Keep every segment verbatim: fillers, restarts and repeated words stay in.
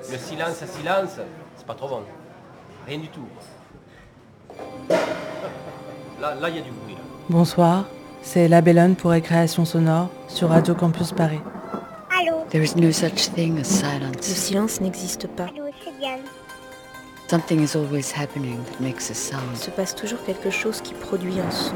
Le silence à silence, c'est pas trop bon. Rien du tout. Là, là, il y a du bruit. Là. Bonsoir, c'est La Bellone pour Récréation Sonore sur Radio Campus Paris. Allô. There is no such thing as silence. Le silence n'existe pas. Allô, c'est Diane. Something is always happening that makes a sound. Il se passe toujours quelque chose qui produit un son.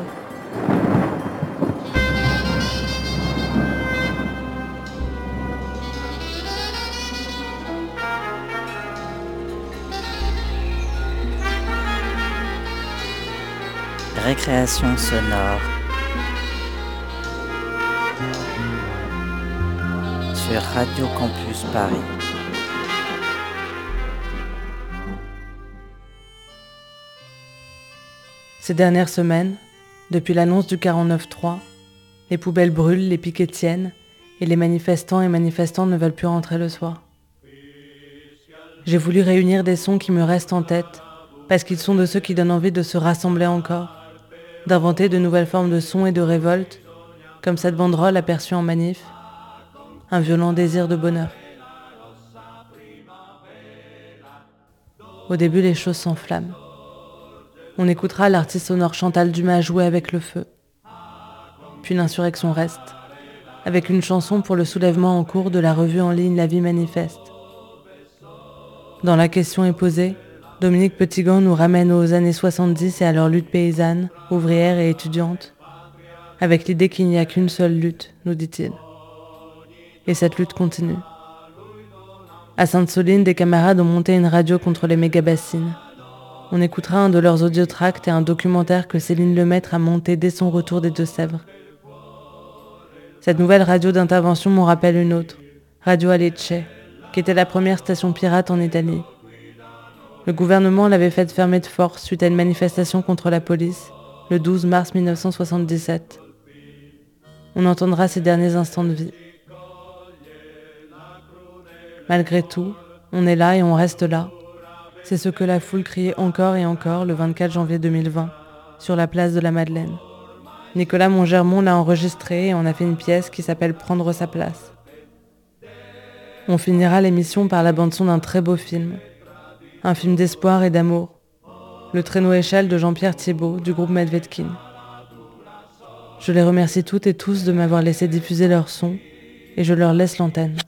Récréation sonore sur Radio Campus Paris. Ces dernières semaines, depuis l'annonce du quarante-neuf trois, les poubelles brûlent, les piquets tiennent, et les manifestants et manifestantes ne veulent plus rentrer le soir. J'ai voulu réunir des sons qui me restent en tête, parce qu'ils sont de ceux qui donnent envie de se rassembler encore, d'inventer de nouvelles formes de sons et de révolte, comme cette banderole aperçue en manif, un violent désir de bonheur. Au début, les choses s'enflamment. On écoutera l'artiste sonore Chantal Dumas jouer avec le feu. Puis l'insurrection reste, avec une chanson pour le soulèvement en cours de la revue en ligne La Vie Manifeste. Dans La question est posée, Dominique Petitgand nous ramène aux années soixante-dix et à leur lutte paysanne, ouvrière et étudiante, avec l'idée qu'il n'y a qu'une seule lutte, nous dit-il. Et cette lutte continue. À Sainte-Soline, des camarades ont monté une radio contre les méga-bassines. On écoutera un de leurs audiotracts et un documentaire que Céline Lemaître a monté dès son retour des Deux-Sèvres. Cette nouvelle radio d'intervention m'en rappelle une autre, Radio Alecce, qui était la première station pirate en Italie. Le gouvernement l'avait faite fermer de force suite à une manifestation contre la police, le douze mars mille neuf cent soixante-dix-sept. On entendra ses derniers instants de vie. Malgré tout, on est là et on reste là. C'est ce que la foule criait encore et encore le vingt-quatre janvier deux mille vingt, sur la place de la Madeleine. Nicolas Mongermont l'a enregistré et on a fait une pièce qui s'appelle « Prendre sa place ». On finira l'émission par la bande-son d'un très beau film. Un film d'espoir et d'amour. Le traîneau échelle de Jean-Pierre Thiébaut, du groupe Medvedkin. Je les remercie toutes et tous de m'avoir laissé diffuser leur son, et je leur laisse l'antenne.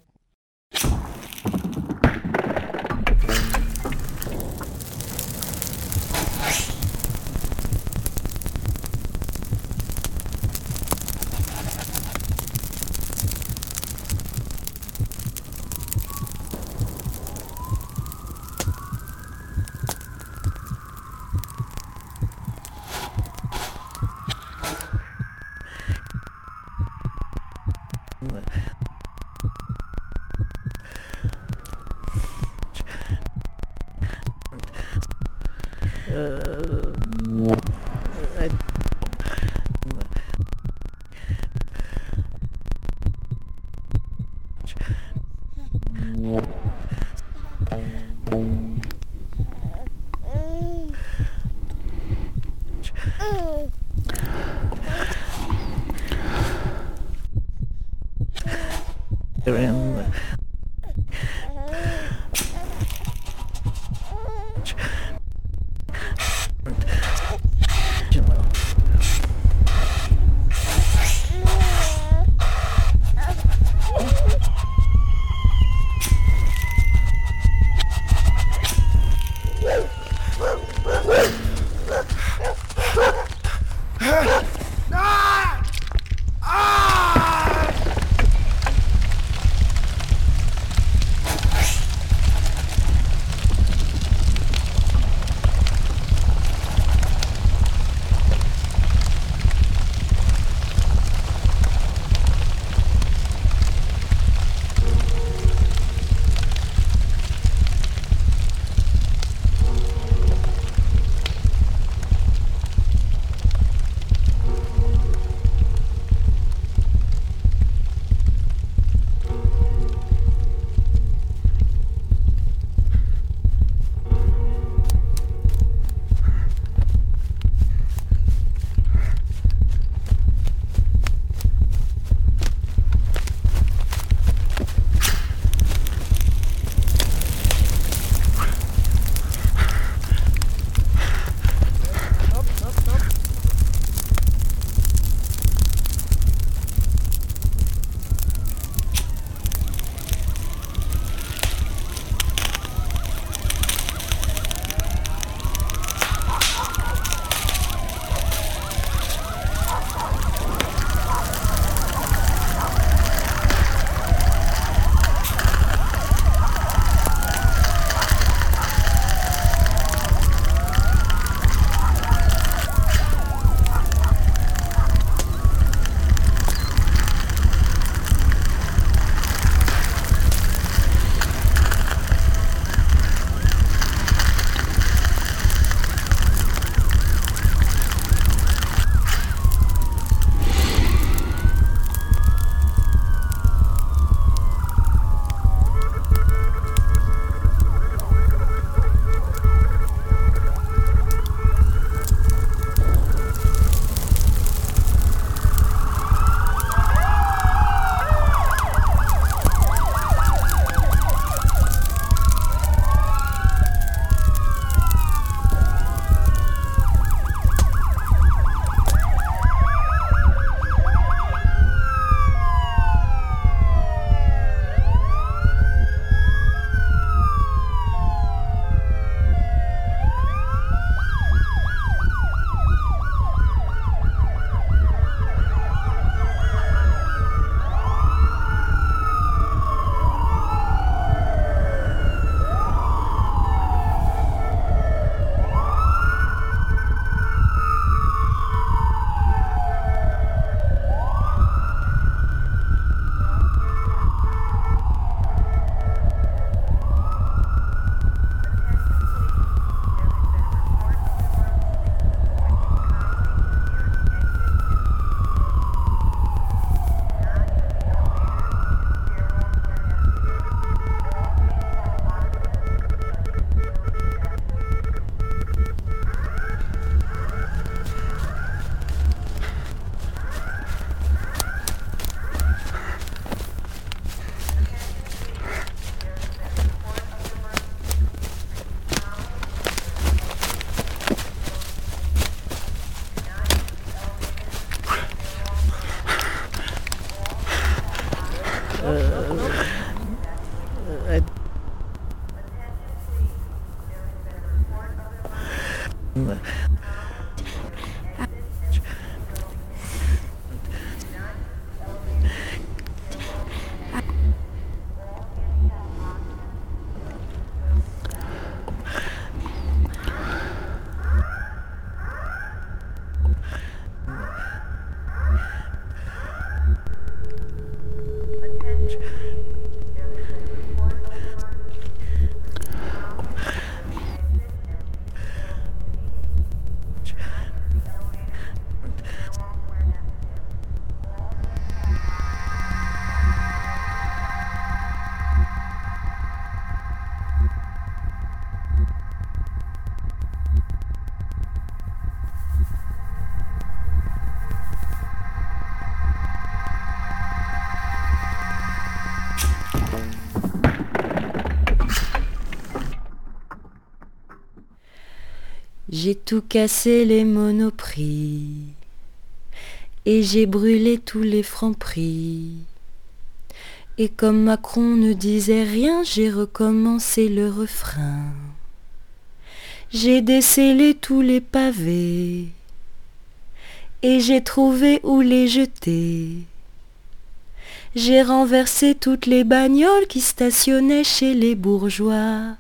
J'ai tout cassé les monoprix et j'ai brûlé tous les francs prix. Et comme Macron ne disait rien, j'ai recommencé le refrain. J'ai décellé tous les pavés et j'ai trouvé où les jeter. J'ai renversé toutes les bagnoles qui stationnaient chez les bourgeois.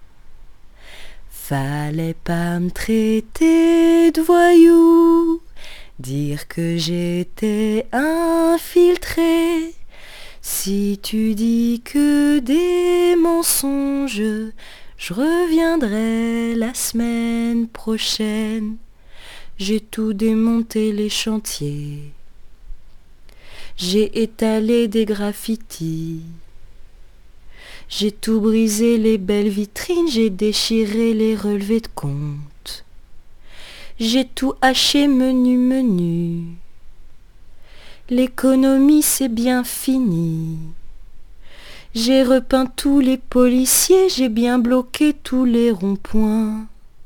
Fallait pas me traiter de voyou, dire que j'étais infiltré. Si tu dis que des mensonges, je reviendrai la semaine prochaine. J'ai tout démonté les chantiers, j'ai étalé des graffitis. J'ai tout brisé les belles vitrines, j'ai déchiré les relevés de compte. J'ai tout haché menu menu. L'économie c'est bien fini. J'ai repeint tous les policiers, j'ai bien bloqué tous les ronds-points.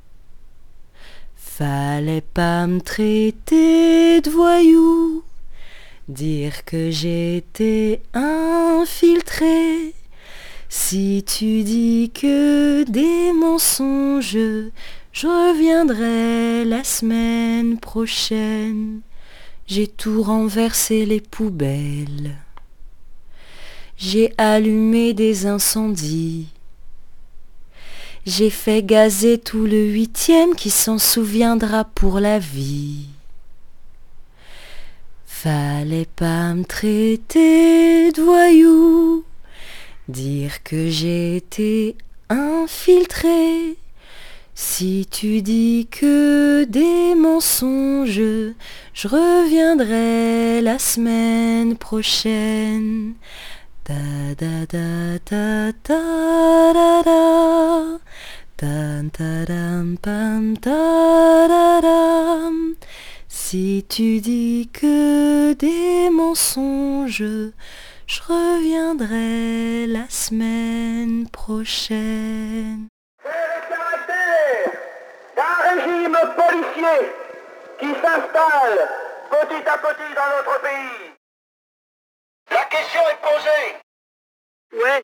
Fallait pas me traiter de voyou, dire que j'étais infiltré. Si tu dis que des mensonges, je reviendrai la semaine prochaine. J'ai tout renversé les poubelles. J'ai allumé des incendies. J'ai fait gazer tout le huitième qui s'en souviendra pour la vie. Fallait pas me traiter de voyou, dire que j'étais infiltré. Si tu dis que des mensonges, je reviendrai la semaine prochaine. Da da da da da da da. Dan ta dam pam ta da dam. Si tu dis que des mensonges, je reviendrai la semaine prochaine. C'est le caractère d'un régime policier qui s'installe petit à petit dans notre pays. La question est posée. Ouais.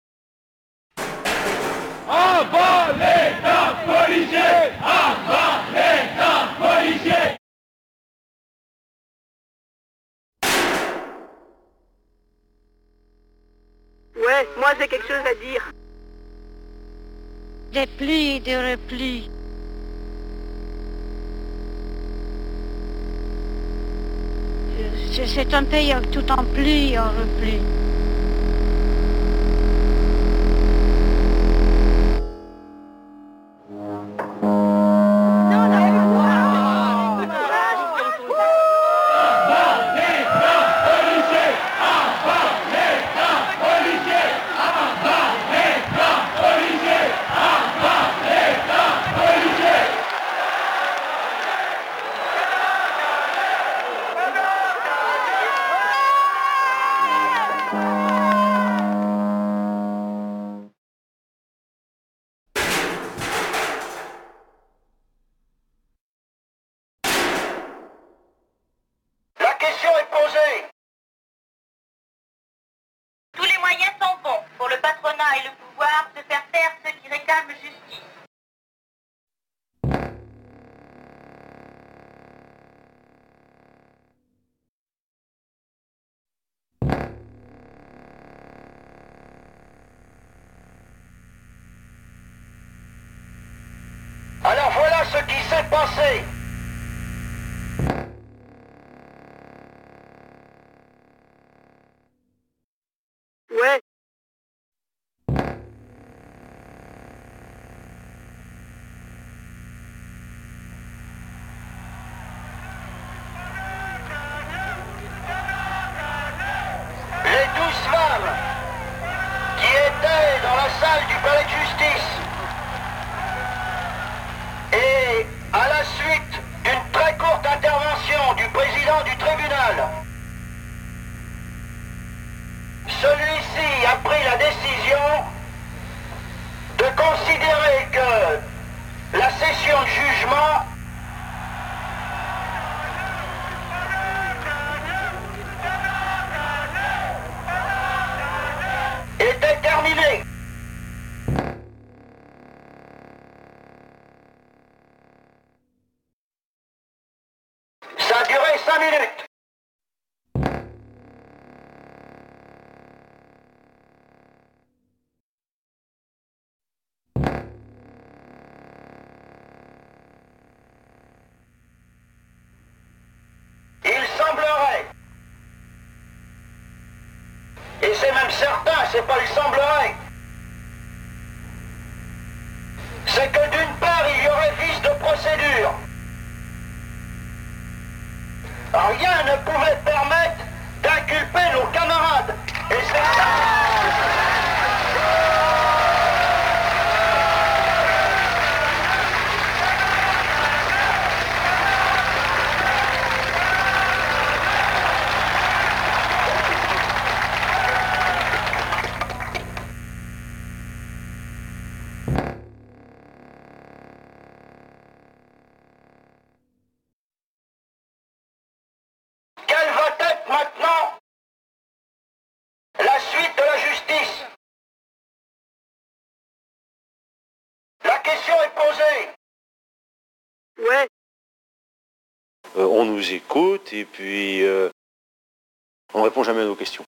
En bas l'État policier! En bas l'État policier! Ouais, moi j'ai quelque chose à dire. Des pluies et des replis. C'est un pays tout en pluie et en repli. Tous les moyens sont bons pour le patronat et le pouvoir de faire taire ceux qui réclament justice. passé. Ouais. Les douze femmes qui étaient dans la salle du palais de justice et à la suite d'une très courte intervention du président du tribunal, celui-ci a pris la décision de considérer que la session de jugement était terminée. Ça a duré cinq minutes. Il semblerait, et c'est même certain, c'est pas il semblerait, c'est que d'une part il y aurait vice de procédure. Rien ne pouvait permettre d'inculper nos camarades. Et c'est ça. Quelle va être maintenant la suite de la justice? La question est posée. Ouais. Euh, on nous écoute et puis euh, on répond jamais à nos questions.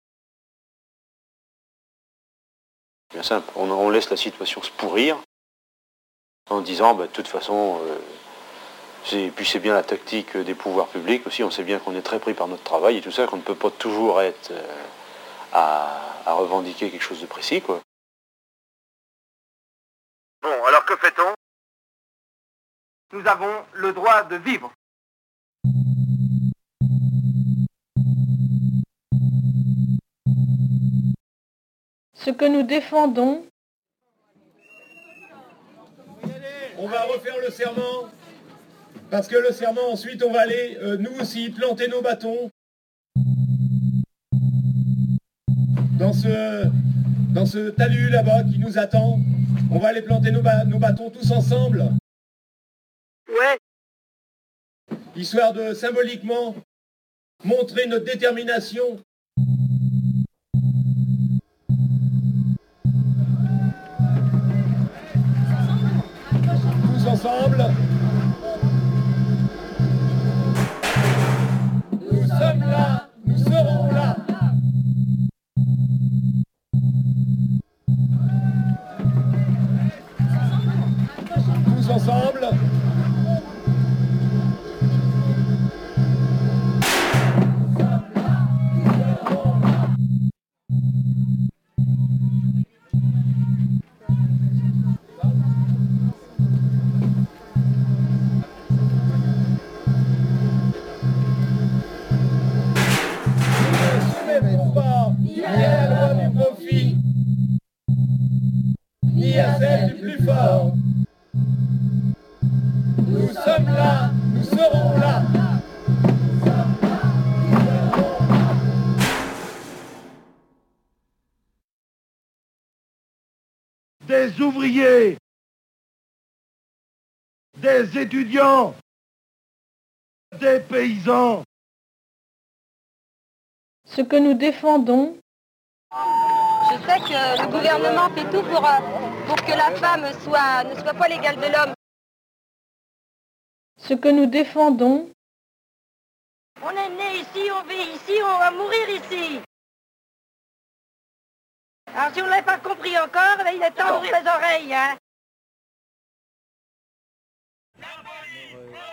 Bien simple, on, on laisse la situation se pourrir en disant bah, de toute façon, euh, c'est, puis c'est bien la tactique des pouvoirs publics aussi, on sait bien qu'on est très pris par notre travail et tout ça, qu'on ne peut pas toujours être euh, à, à revendiquer quelque chose de précis, quoi. Bon, alors que fait-on? Nous avons le droit de vivre. Ce que nous défendons. On va refaire le serment, parce que le serment, ensuite, on va aller, euh, nous aussi, planter nos bâtons dans ce, dans ce talus là-bas qui nous attend. On va aller planter nos, ba- nos bâtons tous ensemble. Ouais. Histoire de symboliquement montrer notre détermination. Tous ensemble. Nous sommes là, nous serons là. Tous ensemble. Ni à la loi du profit, ni à celle du plus fort. Nous sommes là, nous serons là. Des ouvriers, des étudiants, des paysans. Ce que nous défendons. Je sais que le gouvernement fait tout pour, pour que la femme soit, ne soit pas l'égale de l'homme. Ce que nous défendons. On est né ici, on vit ici, on va mourir ici. Alors si on ne l'avait pas compris encore, il est temps d'ouvrir les oreilles. Hein.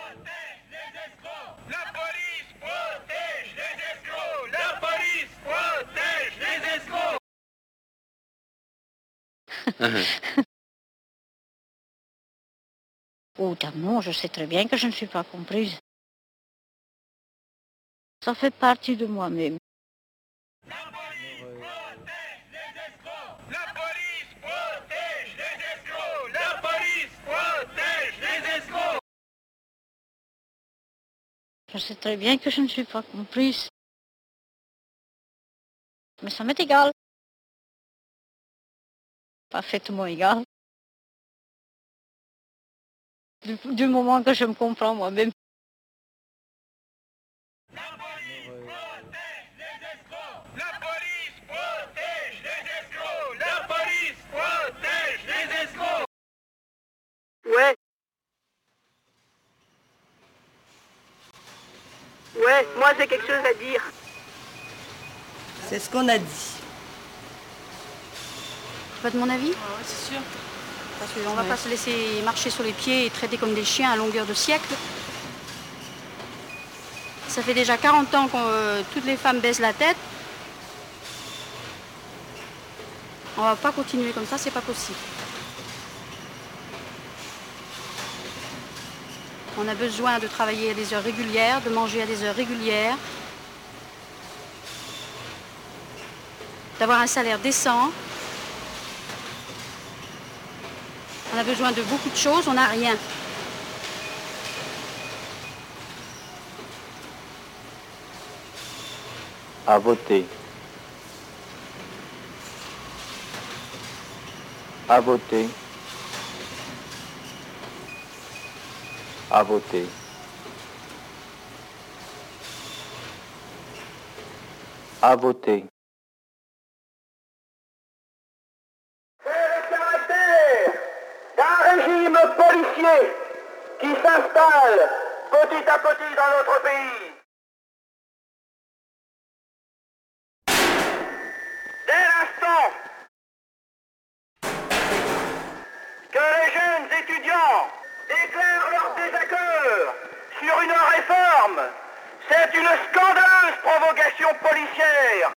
Oh, non, je sais très bien que je ne suis pas comprise. Ça fait partie de moi-même. Je sais très bien que je ne suis pas comprise. Mais ça m'est égal. Parfaitement égal. Du, du moment que je me comprends moi-même. Ouais. Ouais, moi j'ai quelque chose à dire. C'est ce qu'on a dit. Pas de mon avis ? Ouais, c'est sûr. Parce qu'on ne va ouais. pas se laisser marcher sur les pieds et traiter comme des chiens à longueur de siècle. Ça fait déjà quarante ans que euh, toutes les femmes baissent la tête. On va pas continuer comme ça, c'est pas possible. On a besoin de travailler à des heures régulières, de manger à des heures régulières, d'avoir un salaire décent. On a besoin de beaucoup de choses, on n'a rien. À voter. À voter. À voter. À voter. C'est le caractère d'un régime policier qui s'installe petit à petit dans notre pays. Dès l'instant que les jeunes étudiants déclarent leur désaccord sur une réforme, c'est une scandaleuse provocation policière.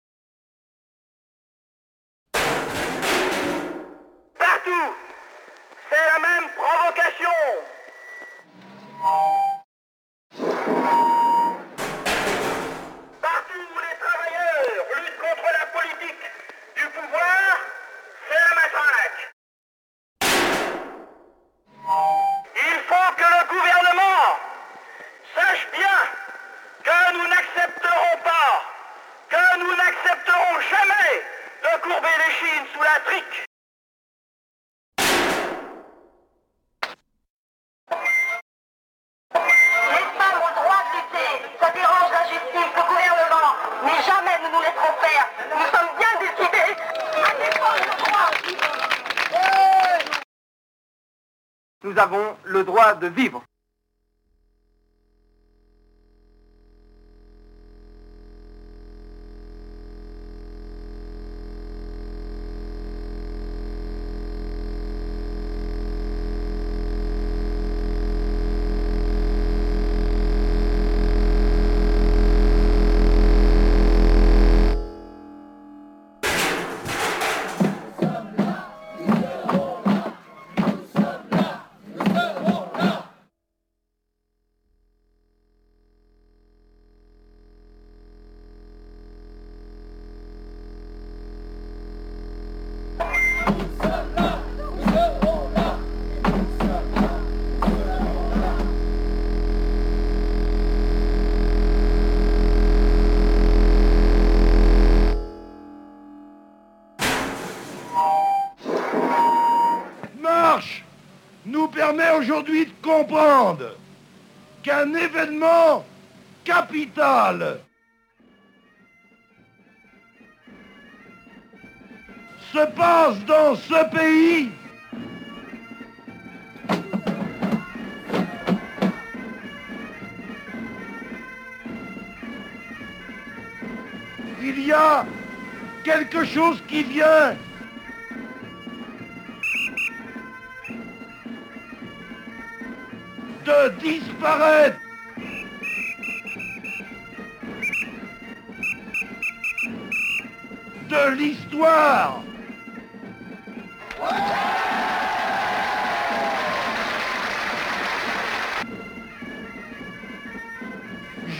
Partout, c'est la même provocation. Partout où les travailleurs luttent contre la politique du pouvoir, c'est la matraque. Il faut que le gouvernement sache bien que nous n'accepterons pas, que nous n'accepterons jamais de courber les chines sous la trique. Les femmes ont le droit de lutter, ça dérange la justice, le gouvernement, mais jamais nous nous laisserons faire. Nous sommes bien décidés à défendre nos droits. Nous avons le droit de vivre. Nous permet aujourd'hui de comprendre qu'un événement capital se passe dans ce pays il y a quelque chose qui vient de disparaître. De l'histoire.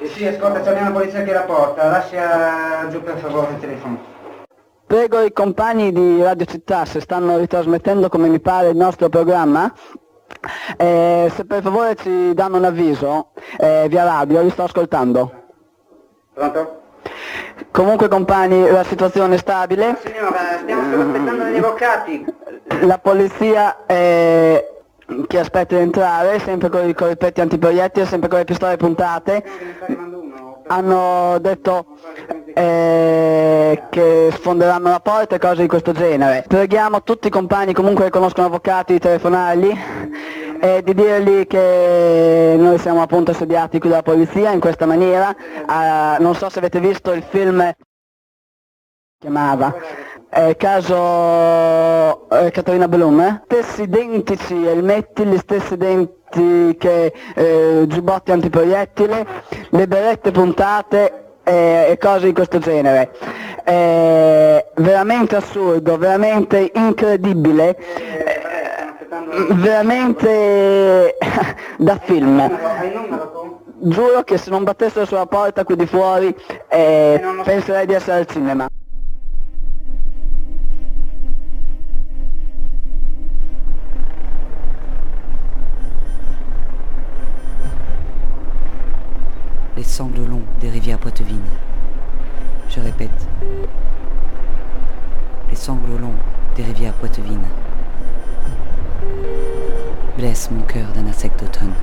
Eh sì, ascolta, c'è una polizia che la porta, lascia giù per favore il telefono. Prego i compagni di Radio Città, se stanno ritrasmettendo come mi pare il nostro programma, eh, se per favore ci danno un avviso eh, via radio, li sto ascoltando. Pronto? Comunque compagni, la situazione è stabile. Signora, stiamo solo aspettando degli avvocati. La polizia è... che aspetta di entrare, sempre con i corpetti antiproiettili, sempre con le pistole puntate. Hanno detto eh, che sfonderanno la porta e cose di questo genere. Preghiamo tutti i compagni comunque che conoscono avvocati di telefonarli e di dirgli che noi siamo appunto assediati qui dalla polizia in questa maniera. Uh, non so se avete visto il film chiamava eh, caso eh, Caterina Blum, eh? Stessi identici elmetti, gli stessi denti che eh, giubbotti antiproiettili, le berrette puntate eh, e cose di questo genere. Eh, veramente assurdo, veramente incredibile, eh, veramente da film. Giuro che se non battessero sulla porta qui di fuori eh, penserei di essere al cinema. Les sanglots longs des rivières Poitevine. Je répète. Les sanglots longs des rivières Poitevine blessent mon cœur d'un insecte d'automne.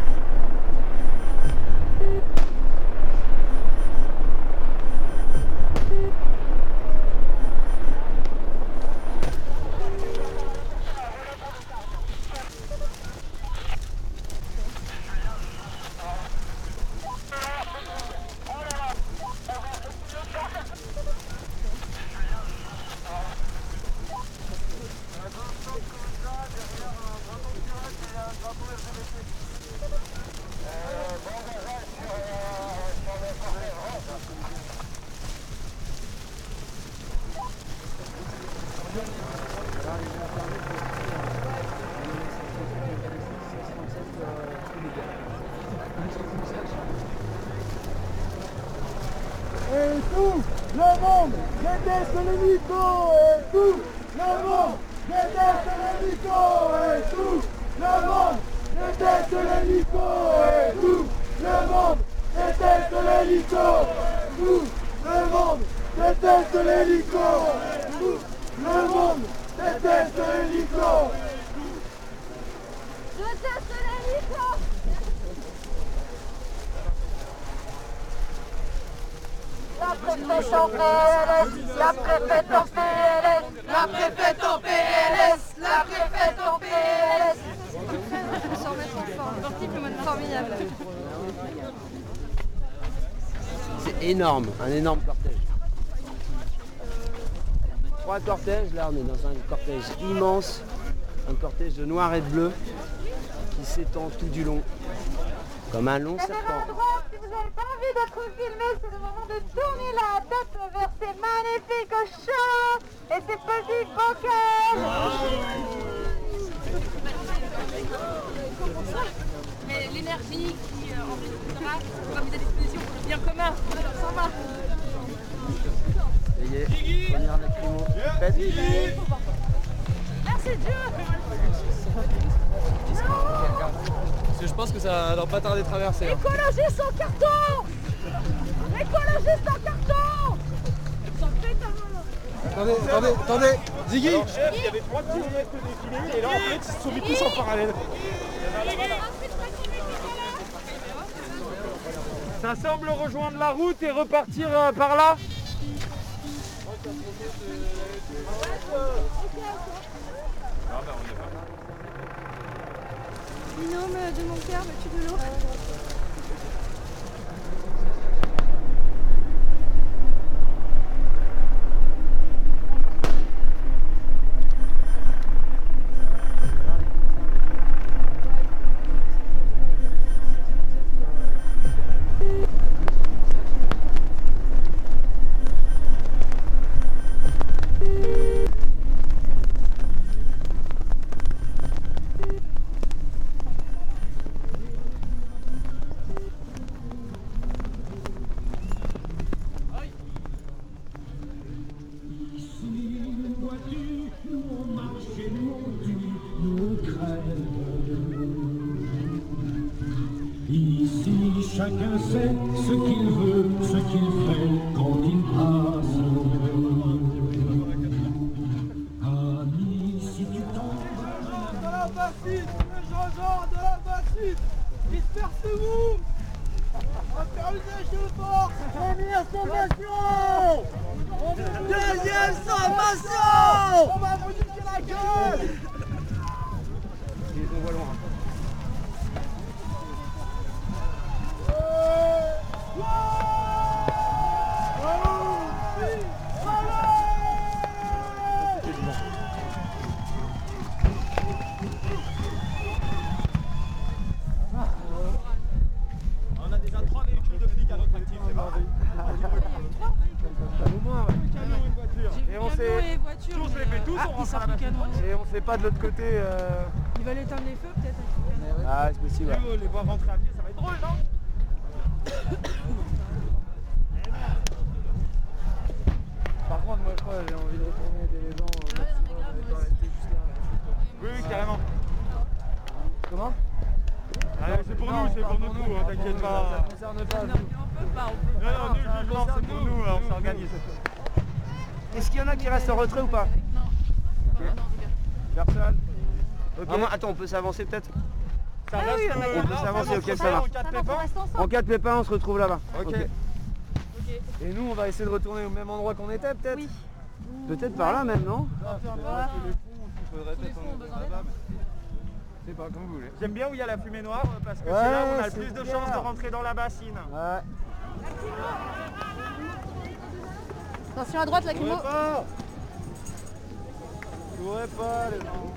Et tout le monde déteste l'hélico. Et tout le monde déteste l'hélico. Et tout le monde déteste l'hélico. Et tout le monde déteste l'hélico. Tout le monde déteste l'hélico. Tout le monde déteste l'hélico. Je déteste l'hélico. La préfète en P L S, la préfète en P L S, la préfète en P L S, la préfète en P L S. Sans mettre en forme, l'article mode formidable. C'est énorme, un énorme cortège. Trois cortèges, là on est dans un cortège immense, un cortège de noir et de bleu qui s'étend tout du long, comme un long serpent. Si vous n'avez pas envie d'être filmé, c'est le moment de tourner la tête vers ces magnifiques chats et ces petites vocales. Mais l'énergie qui euh, en fait, sera mise à disposition pour le bien commun, ça s'en va. Ça y est, première lacrymo faite. Merci Dieu. Parce que je pense que ça va pas tarder de traverser. Hein. Écologie sans carton. Écologie sans carton. Attendez, attendez, attendez, Ziggy. Alors, chef, il y avait trois kilomètres de défilé et là en fait ils se sont mis tous en parallèle. Ça semble rejoindre la route et repartir euh, par là. Binôme de mon cœur, veux-tu de l'eau? chacun sait ce qu'il veut, ce qu'il fait quand il passe. Ami, si tu tombes de la bassine, les gens de la bassine, dispersez-vous. On va faire usage de force. Première sommation. Deuxième sommation. On va vous niquer la gueule. On va loin. On a déjà trois véhicules de flics à notre actif, c'est pas vrai. Et on s'est tous les fait tous, on rentre à la bâtisse. Et on sait pas de l'autre côté. Euh... Ils veulent éteindre les feux peut-être. Ah c'est possible. Ouais. Les voir rentrer à pied, ça va être drôle, non? Par contre, moi je crois j'ai envie de retourner aider les gens. Euh, ouais, non, rester juste là. Oui, oui, carrément. Comment? Ah, c'est pour nous, c'est pour nous, hein, t'inquiète pas. Ça ne concerne pas. Non, on peut pas, on peut pas. Non, non, nous, jugement, c'est pour nous, hein, on s'organise. Est-ce qu'il y en a qui restent en retrait ou pas? Non. Okay. Personne? Ok. Ah, moi, attends, on peut s'avancer peut-être? Ça reste, ah oui, on, on peut s'avancer, ok, ça va. En cas de pépin, en cas de pépin, on se retrouve là-bas. Ok. Okay. Okay. Et nous, on va essayer de retourner au même endroit qu'on était, peut-être? Oui. Peut-être par là même, non? C'est pas comme vous voulez. J'aime bien où il y a la fumée noire parce que ouais, c'est là où on a le plus de chances de rentrer dans la bassine. Ouais. Attention à droite, la lacrymo. Je pourrais pas, les gens.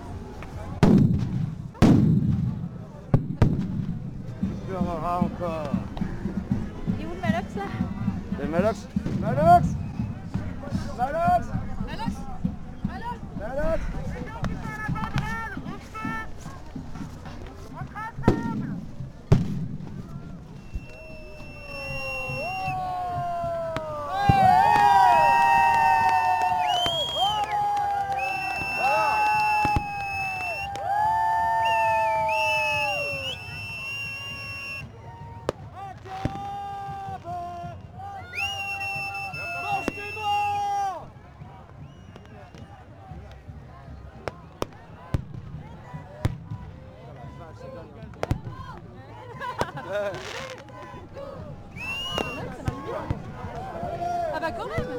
Il pleurera encore. Et où le Malox là? Le Malox. Malox Malox Malox Malox Malox. Ah bah quand même.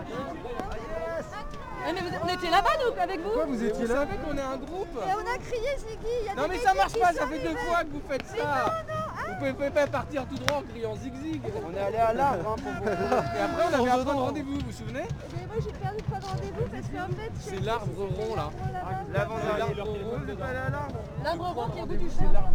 Eh mais vous, on était là-bas nous avec vous. Pourquoi vous étiez là? Vous savez qu'on est un groupe. Et on a crié Ziggy. Y a non mais ça marche pas, ça fait deux fois que vous faites ça. Non, non, hein. Vous pouvez pas partir tout droit en criant zig-zig. On est allé à l'arbre hein, pour vous. Et après on avait un point de rendez-vous, vous vous souvenez? Mais moi j'ai perdu le point de rendez-vous parce qu'en fait... C'est l'arbre rond là. L'avant-dernier. L'arbre rond qui est au bout du champ.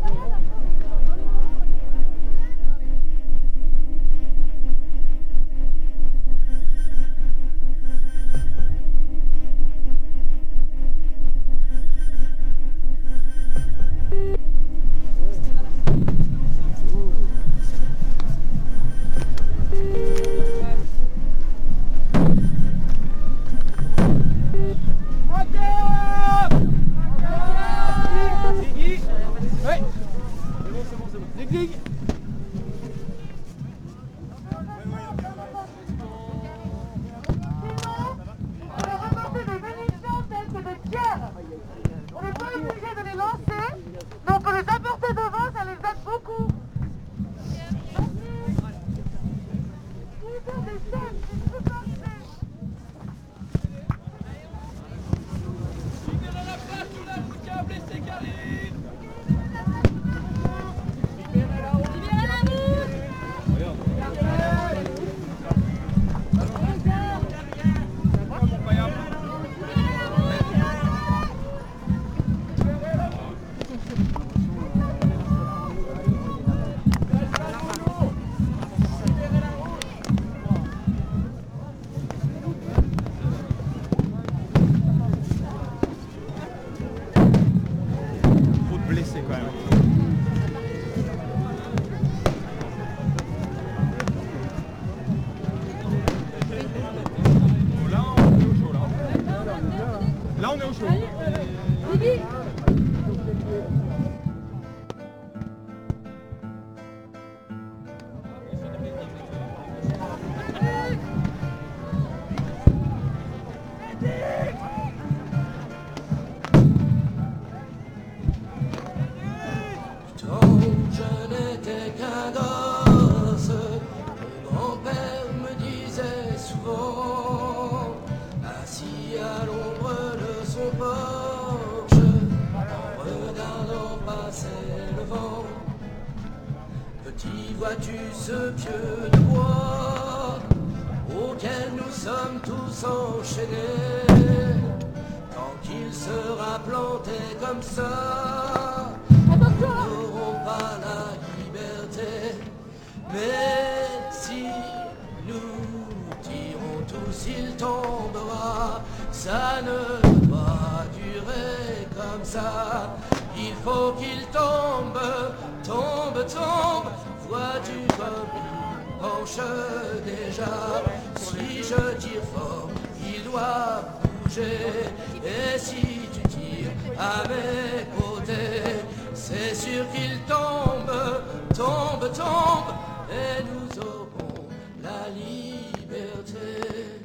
Petit, vois-tu ce pieu de bois auquel nous sommes tous enchaînés? Tant qu'il sera planté comme ça, nous n'aurons pas la liberté. Mais si nous tirons tous, il tombera. Ça ne peut pas durer comme ça. Il faut qu'il tombe, tombe, tombe. Vois-tu comme il penche déjà? Si je tire fort, il doit bouger. Et si tu tires à mes côtés, c'est sûr qu'il tombe, tombe, tombe. Et nous aurons la liberté.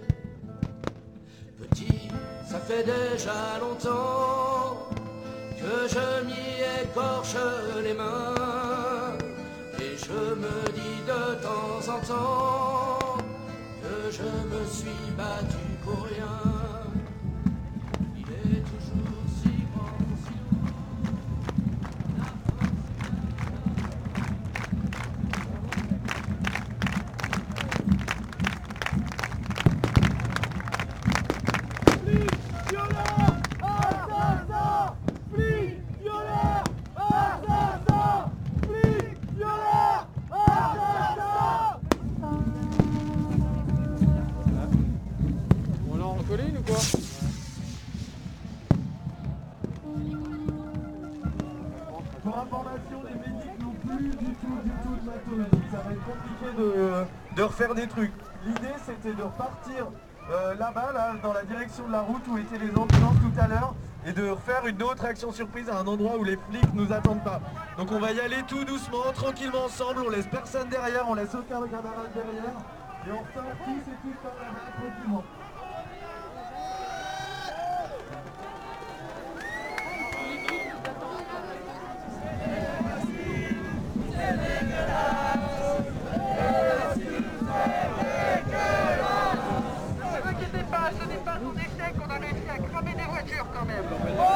Petit, ça fait déjà longtemps que je m'y écorche les mains. Et je me dis de temps en temps que je me suis battu pour rien. Il est toujours si grand, si Pour information, les médics n'ont plus du tout, du tout de matos, donc ça va être compliqué de, de refaire des trucs. L'idée c'était de repartir euh, là-bas, là, dans la direction de la route où étaient les ambulances tout à l'heure, et de refaire une autre action surprise à un endroit où les flics nous attendent pas. Donc on va y aller tout doucement, tranquillement ensemble, on laisse personne derrière, on laisse aucun camarade derrière, et on ressort tous et toutes par là-bas tranquillement. Ce n'est pas son échec qu'on a réussi à cramer des voitures quand même.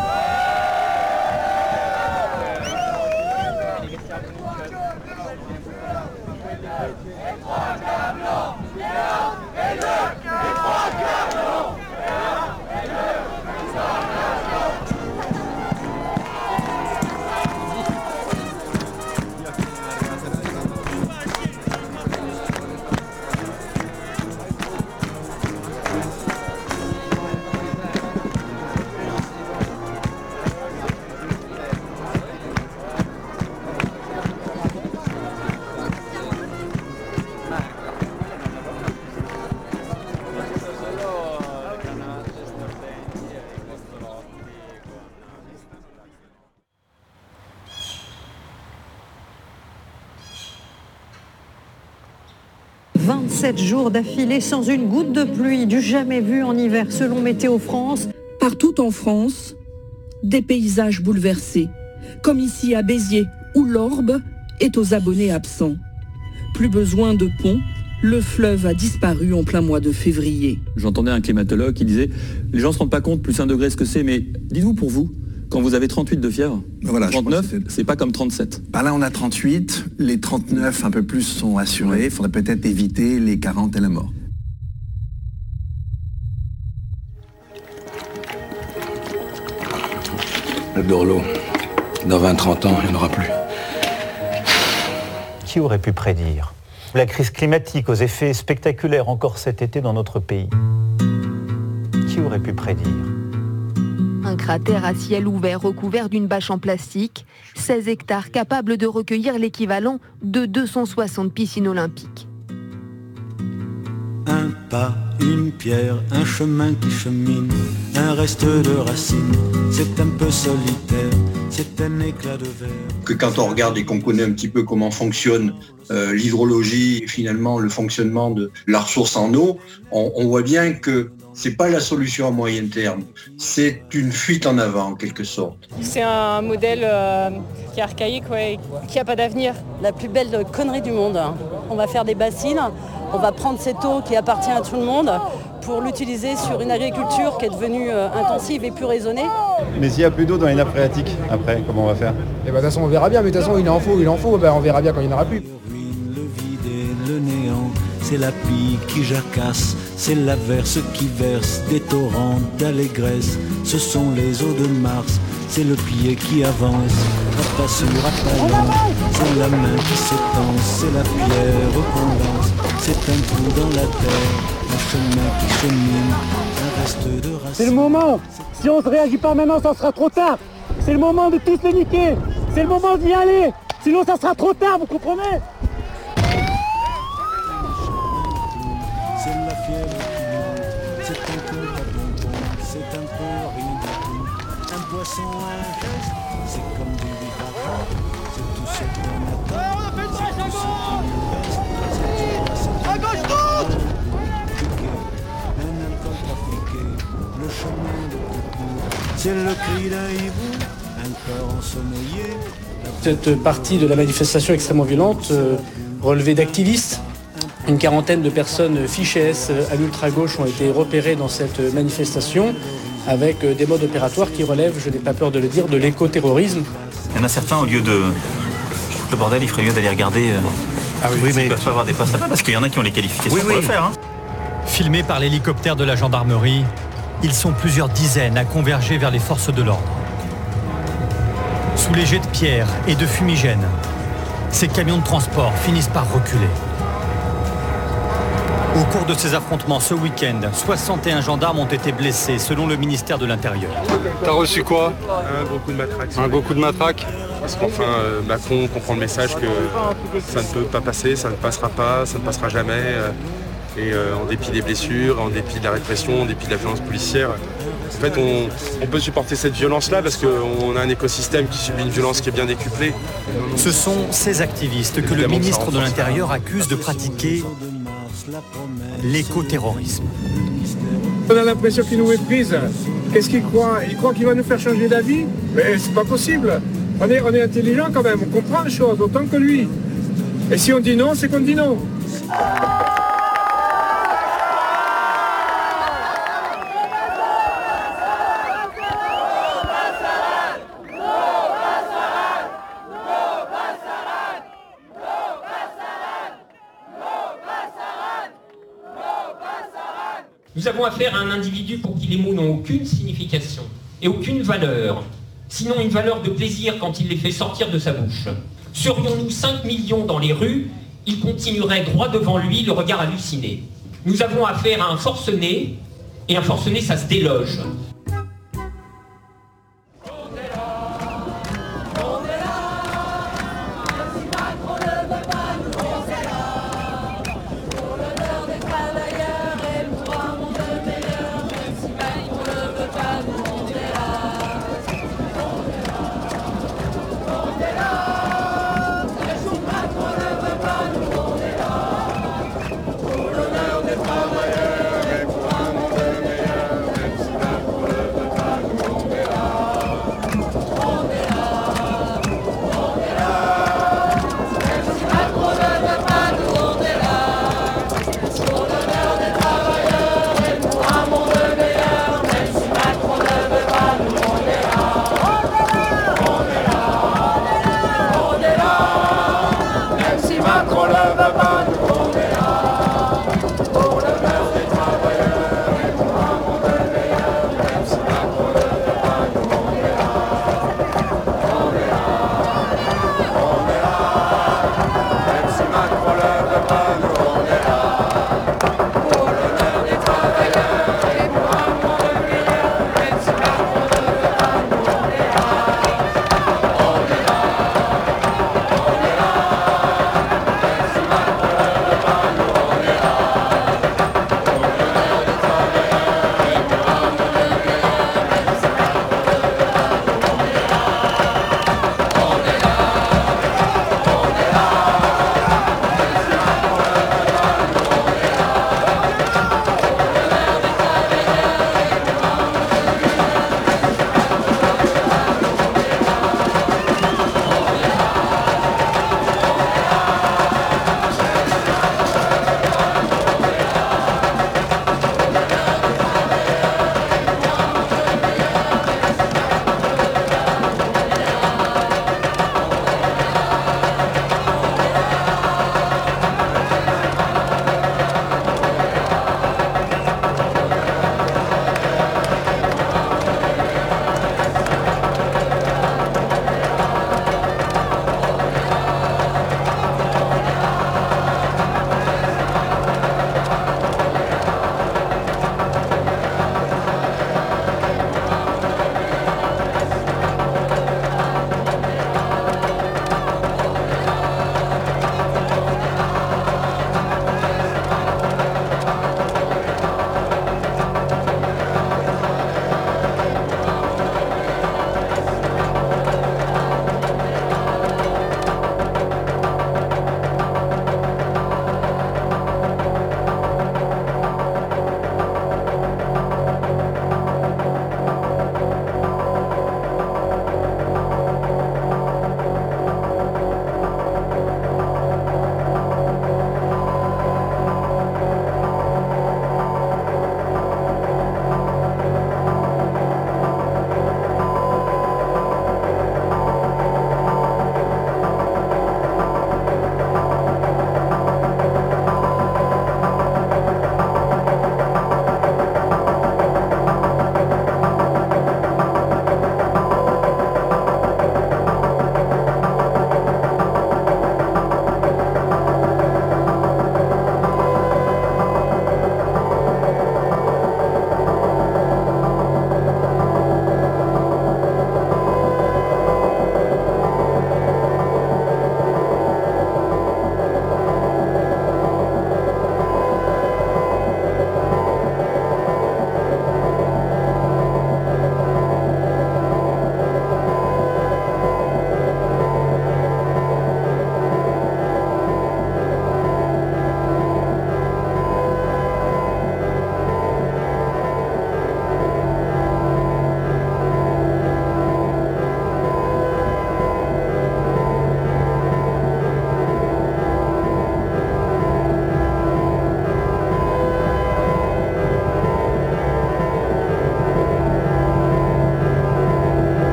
Les trois camions, et le les trois camions, et le vingt-sept jours d'affilée sans une goutte de pluie, du jamais vu en hiver selon Météo France. Partout en France, des paysages bouleversés, comme ici à Béziers, où l'Orbe est aux abonnés absents. Plus besoin de pont, le fleuve a disparu en plein mois de février. J'entendais un climatologue qui disait « Les gens ne se rendent pas compte, plus un degré, ce que c'est, mais dites-vous pour vous, quand vous avez trente-huit de fièvre, voilà, trente-neuf, c'est pas comme trente-sept. Bah là, on a trente-huit, les trente-neuf un peu plus sont assurés. Il faudrait peut-être éviter les quarante et la mort. Le Dorlo, dans vingt trente ans, il n'y en aura plus. Qui aurait pu prédire la crise climatique aux effets spectaculaires encore cet été dans notre pays? Qui aurait pu prédire? Un cratère à ciel ouvert recouvert d'une bâche en plastique, seize hectares capables de recueillir l'équivalent de deux cent soixante piscines olympiques. Un pas, une pierre, un chemin qui chemine, un reste de racines, c'est un peu solitaire, c'est un éclat de verre. Que quand on regarde et qu'on connaît un petit peu comment fonctionne euh, l'hydrologie et finalement le fonctionnement de la ressource en eau, on, on voit bien que c'est pas la solution à moyen terme, c'est une fuite en avant en quelque sorte. C'est un modèle euh, qui est archaïque, ouais, qui n'a pas d'avenir. La plus belle connerie du monde. On va faire des bassines, on va prendre cette eau qui appartient à tout le monde pour l'utiliser sur une agriculture qui est devenue euh, intensive et plus raisonnée. Mais s'il n'y a plus d'eau dans les nappes phréatiques, après, comment on va faire? Et bah, de toute façon, on verra bien, mais de toute façon, il en faut, il en faut, bah, on verra bien quand il n'y en aura plus. Le vide et le néant, c'est la pluie qui jacasse, c'est l'averse qui verse des torrents d'allégresse. Ce sont les eaux de Mars, c'est le pied qui avance, pas sur appalant, c'est la main qui s'étend, c'est la pierre qu'on lance, c'est un trou dans la terre, un chemin qui chemine, un reste de racines. C'est le moment. Si on ne réagit pas maintenant, ça sera trop tard. C'est le moment de tous les niquer. C'est le moment d'y aller. Sinon, ça sera trop tard, vous comprenez? C'est la fièvre qui monte, c'est un peu pas bonbon, c'est un peu rien du tout. Un poisson, un geste, c'est comme du vivace, c'est tout ce qu'on attend. On a fait une fraîche à gauche. À gauche, route. Un alcool trafiqué, le chemin le plus court, c'est le cri d'un hibou, un corps ensommeillé. Cette partie de la manifestation extrêmement violente euh, relevait d'activistes. Une quarantaine de personnes fichées S à l'ultra-gauche ont été repérées dans cette manifestation avec des modes opératoires qui relèvent, je n'ai pas peur de le dire, de l'écoterrorisme. Il y en a certains, au lieu de... Le bordel, il ferait mieux d'aller regarder... Euh... Ah oui, oui, mais... Ils peuvent pas avoir des postes là-bas, parce qu'il y en a qui ont les qualifications oui, pour oui. le faire. Hein. Filmés par l'hélicoptère de la gendarmerie, ils sont plusieurs dizaines à converger vers les forces de l'ordre. Sous les jets de pierre et de fumigènes, ces camions de transport finissent par reculer. Au cours de ces affrontements ce week-end, soixante et un gendarmes ont été blessés, selon le ministère de l'Intérieur. T'as reçu quoi? Un gros coup de matraque. Un gros coup de matraque? Parce qu'enfin, euh, Macron comprend le message que ça ne peut pas passer, ça ne passera pas, ça ne passera jamais. Euh, et euh, en dépit des blessures, en dépit de la répression, en dépit de la violence policière, en fait, on, on peut supporter cette violence-là parce qu'on a un écosystème qui subit une violence qui est bien décuplée. Ce sont ces activistes que le ministre de l'Intérieur accuse de pratiquer l'écoterrorisme. On a l'impression qu'il nous méprise. Qu'est-ce qu'il croit? Il croit qu'il va nous faire changer d'avis? Mais c'est pas possible. On est, on est intelligent quand même, on comprend les choses autant que lui. Et si on dit non, c'est qu'on dit non. Nous avons affaire à un individu pour qui les mots n'ont aucune signification et aucune valeur, sinon une valeur de plaisir quand il les fait sortir de sa bouche. Serions-nous cinq millions dans les rues, il continuerait droit devant lui, le regard halluciné. Nous avons affaire à un forcené, et un forcené, ça se déloge.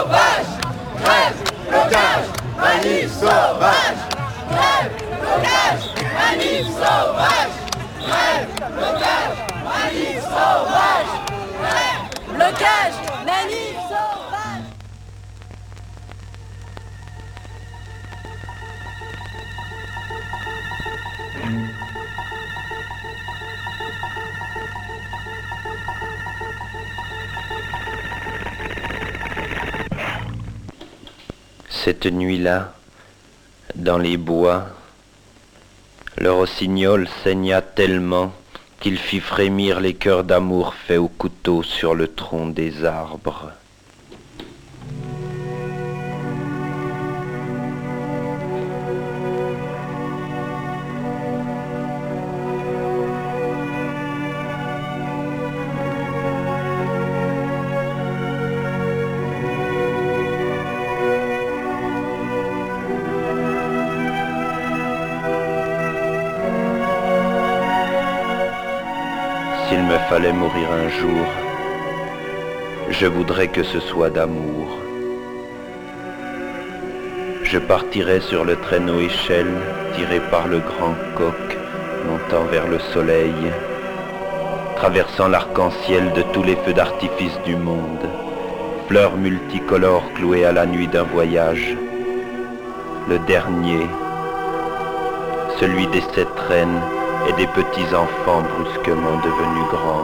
sauvage. Grève, blocage, manif sauvage. Grève, blocage, manif sauvage. Grève, blocage, manif sauvage. Grève, blocage, manif sauvage. Cette nuit-là, dans les bois, le rossignol saigna tellement qu'il fit frémir les cœurs d'amour faits au couteau sur le tronc des arbres. S'il me fallait mourir un jour, je voudrais que ce soit d'amour. Je partirais sur le traîneau échelle, tiré par le grand coq, montant vers le soleil, traversant l'arc-en-ciel de tous les feux d'artifice du monde, fleurs multicolores clouées à la nuit d'un voyage. Le dernier, celui des sept reines, et des petits-enfants brusquement devenus grands.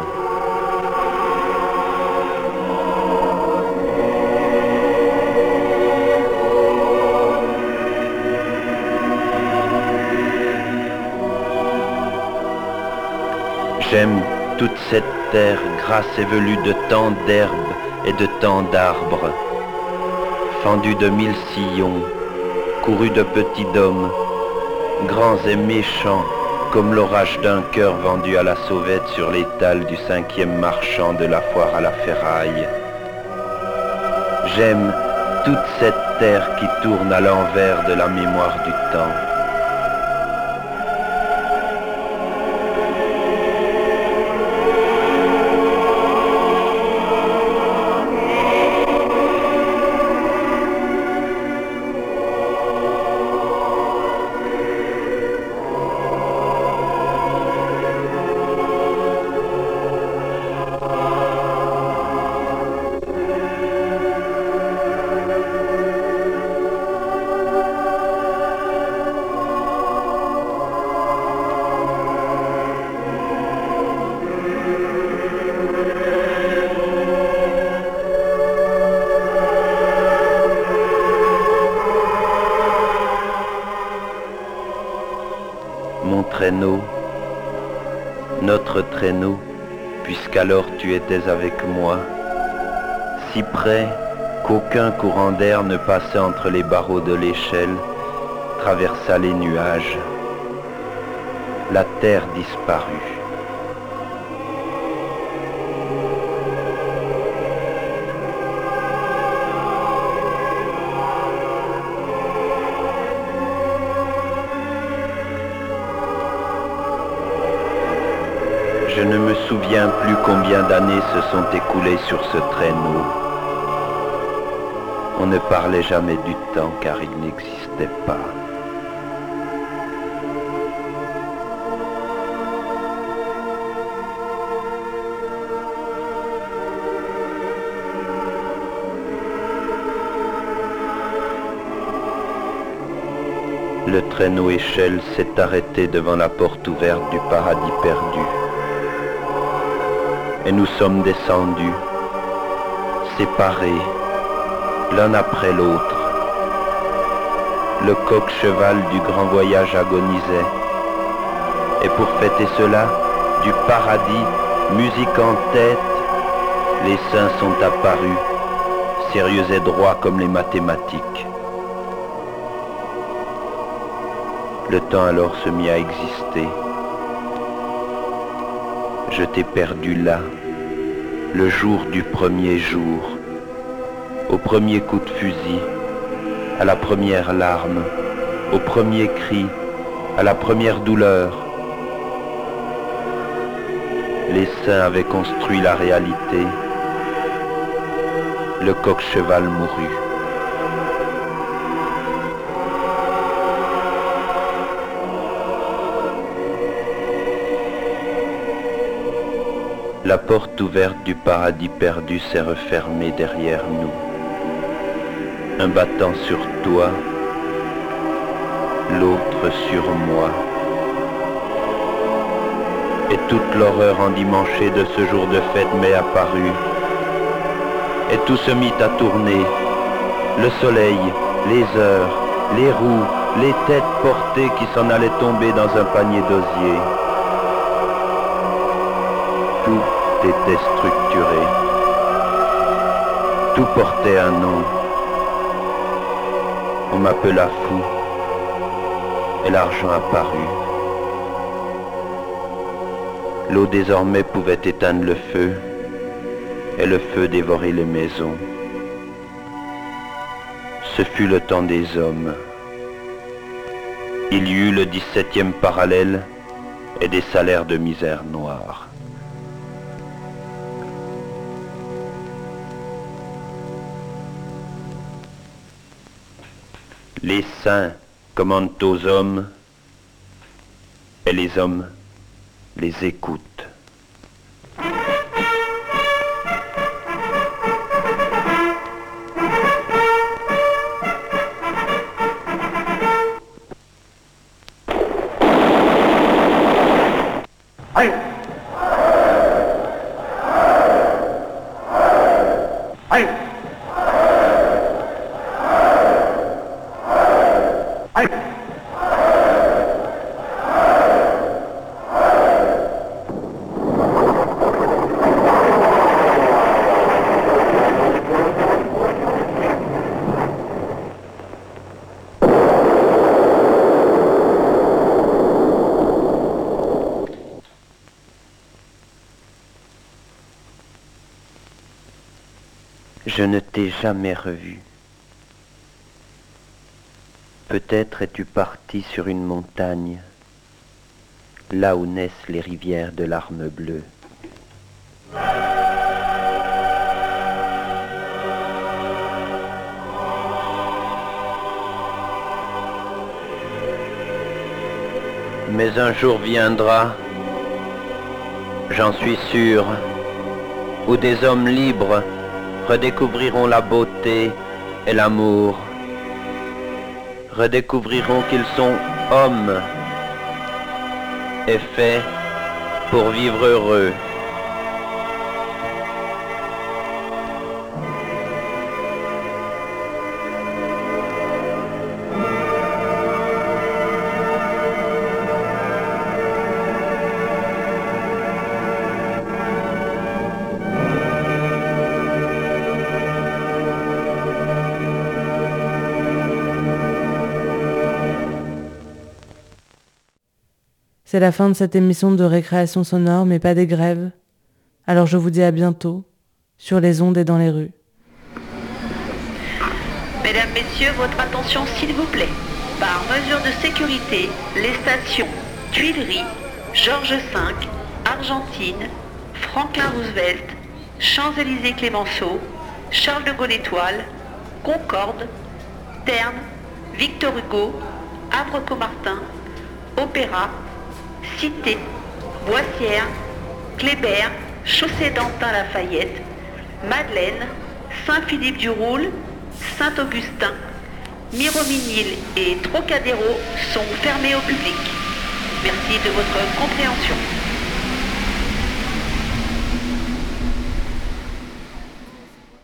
J'aime toute cette terre grasse et velue de tant d'herbes et de tant d'arbres, fendue de mille sillons, courue de petits dômes, grands et méchants, comme l'orage d'un cœur vendu à la sauvette sur l'étal du cinquième marchand de la foire à la ferraille. J'aime toute cette terre qui tourne à l'envers de la mémoire du temps. Mon traîneau, notre traîneau, puisqu'alors tu étais avec moi, si près qu'aucun courant d'air ne passait entre les barreaux de l'échelle, traversa les nuages. La terre disparut. Je ne me souviens plus combien d'années se sont écoulées sur ce traîneau. On ne parlait jamais du temps car il n'existait pas. Le traîneau échelle s'est arrêté devant la porte ouverte du paradis perdu. Et nous sommes descendus, séparés, l'un après l'autre. Le coq-cheval du grand voyage agonisait. Et pour fêter cela, du paradis, musique en tête, les saints sont apparus, sérieux et droits comme les mathématiques. Le temps alors se mit à exister. Je t'ai perdu là, le jour du premier jour, au premier coup de fusil, à la première larme, au premier cri, à la première douleur. Les saints avaient construit la réalité. le coq-cheval mourut. La porte ouverte du paradis perdu s'est refermée derrière nous. Un battant sur toi, l'autre sur moi. Et toute l'horreur endimanchée de ce jour de fête m'est apparue. Et tout se mit à tourner. Le soleil, les heures, les roues, les têtes portées qui s'en allaient tomber dans un panier d'osier. Tout était structuré. Tout portait un nom. On m'appela fou. Et l'argent apparut. L'eau désormais pouvait éteindre le feu, et le feu dévorer les maisons. Ce fut le temps des hommes. Il y eut le dix-septième parallèle et des salaires de misère noire. Les saints commandent aux hommes, et les hommes les écoutent. Allez. Allez. Allez. Je ne t'ai jamais revu. Peut-être es-tu parti sur une montagne, là où naissent les rivières de l'Arme bleue. Mais un jour viendra, j'en suis sûr, où des hommes libres redécouvriront la beauté et l'amour, redécouvriront qu'ils sont hommes et faits pour vivre heureux. C'est la fin de cette émission de récréation sonore, mais pas des grèves. Alors je vous dis à bientôt, sur les ondes et dans les rues. Mesdames, Messieurs, votre attention s'il vous plaît. Par mesure de sécurité, les stations Tuileries, Georges cinq, Argentine, Franklin Roosevelt, Champs-Élysées Clémenceau, Charles de Gaulle Étoile, Concorde, Terne, Victor Hugo, Havre-Comartin, Opéra, Cité, Boissière, Kléber, Chaussée d'Antin Lafayette, Madeleine, Saint-Philippe-du-Roule, Saint-Augustin, Miromesnil et Trocadéro sont fermés au public. Merci de votre compréhension.